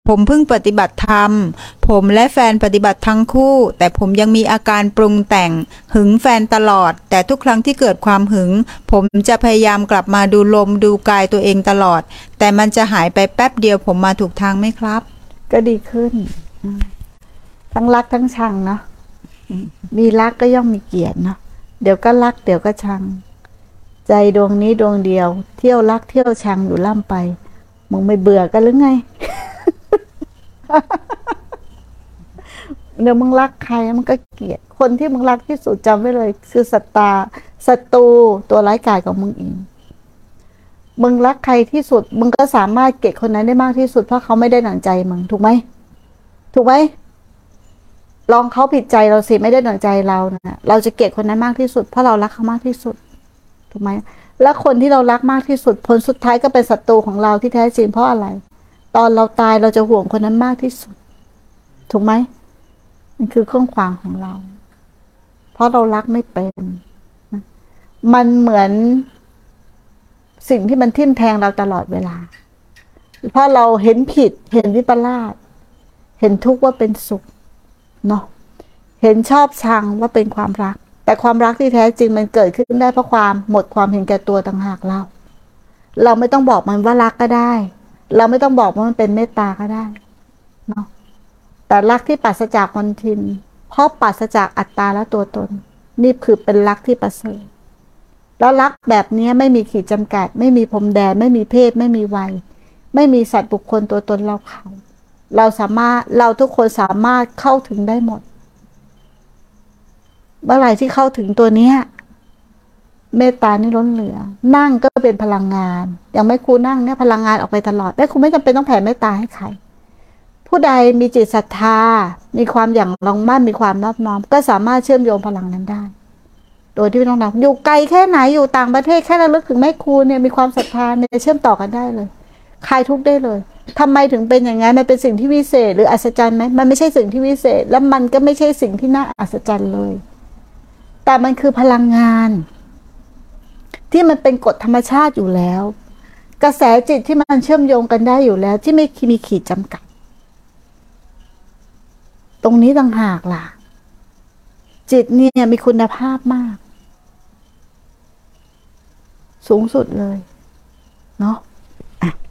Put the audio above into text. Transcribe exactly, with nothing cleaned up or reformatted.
ผมเพิ่งปฏิบัติธรรมผมและแฟนปฏิบัติทั้งคู่แต่ผมยังมีอาการปรุงแต่งหึงแฟนตลอดแต่ทุกครั้งที่เกิดความหึงผมจะพยายามกลับมาดูลมดูกายตัวเองตลอดแต่มันจะหายไปแป๊บเดียวผมมาถูกทางไหมครับก็ดีขึ้นทั้งรักทั้งชังเนาะมีรักก็ย่อมมีเกลียดเนาะเดี๋ยวก็รักเดี๋ยวก็ชังใจดวงนี้ดวงเดียวเที่ยวรักเที่ยวชังอยู่ล่ำไปมึงไม่เบื่อกันหรือไง เดี๋ยวมึงรักใครมันก็เกลียดคนที่มึงรักที่สุดจำไว้เลยคือศัตรูศัตรูตัวร้ายกาจของมึงเองมึงรักใครที่สุดมึงก็สามารถเกลียดคนนั้นได้มากที่สุดเพราะเขาไม่ได้หนังใจมึงถูกไหมถูกไหมลองเขาผิดใจเราสิไม่ได้หนังใจเรานะเราจะเกลียดคนนั้นมากที่สุดเพราะเรารักเขามากที่สุดถูกไหมแล้วคนที่เรารักมากที่สุดผลสุดท้ายก็เป็นศัตรูของเราที่แท้จริงเพราะอะไรตอนเราตายเราจะห่วงคนนั้นมากที่สุดถูกไหมมันคือเครื่องขวางของเราเพราะเรารักไม่เป็นมันเหมือนสิ่งที่มันทิ่มแทงเราตลอดเวลาเพราะเราเห็นผิดเห็นวิปลาสเห็นทุกข์ว่าเป็นสุขเนาะเห็นชอบชังว่าเป็นความรักแต่ความรักที่แท้จริงมันเกิดขึ้นได้เพราะความหมดความเห็นแก่ตัวต่างหากเราเราไม่ต้องบอกมันว่ารักก็ได้เราไม่ต้องบอกว่ามันเป็นเมตตาก็ได้เนาะแต่รักที่ปราศจากมนทินเพราะปราศจากอัตตาและตัวตนนี่คือเป็นรักที่ประเสริฐแล้วรักแบบนี้ไม่มีขีดจำกัดไม่มีพรมแดนไม่มีเพศไม่มีวัยไม่มีสัตว์บุคคลตัวตนเราเขาเราสามารถเราทุกคนสามารถเข้าถึงได้หมดเมื่อไหร่ที่เข้าถึงตัวเนี้ยเมตตานี่ล้นเหลือนั่งก็เป็นพลังงานอย่างแม่ครูนั่งเนี่ยพลังงานออกไปตลอดแม่ครูไม่จำเป็นต้องแผ่เมตตาให้ใครผู้ใดมีจิตศรัทธามีความอย่างลงมั่นมีความนอบน้อมก็สามารถเชื่อมโยงพลังนั้นได้โดยที่ไม่ต้องนับอยู่ไกลแค่ไหนอยู่ต่างประเทศแค่ระลึกถึงแม่ครูเนี่ยมีความศรัทธาเนี่ยเชื่อมต่อกันได้เลยคลายทุกข์ได้เลยทำไมถึงเป็นอย่างนั้นมันเป็นสิ่งที่วิเศษหรืออัศจรรย์ไหมมันไม่ใช่สิ่งที่วิเศษและมันก็ไม่ใช่สิ่งที่น่าอัศจรรย์เลยแต่มันคือพลังงานที่มันเป็นกฎธรรมชาติอยู่แล้วกระแสจิตที่มันเชื่อมโยงกันได้อยู่แล้วที่ไม่มีขีดจำกัดตรงนี้ต่างหากล่ะจิตเนี่ยมีคุณภาพมากสูงสุดเลยเนาะ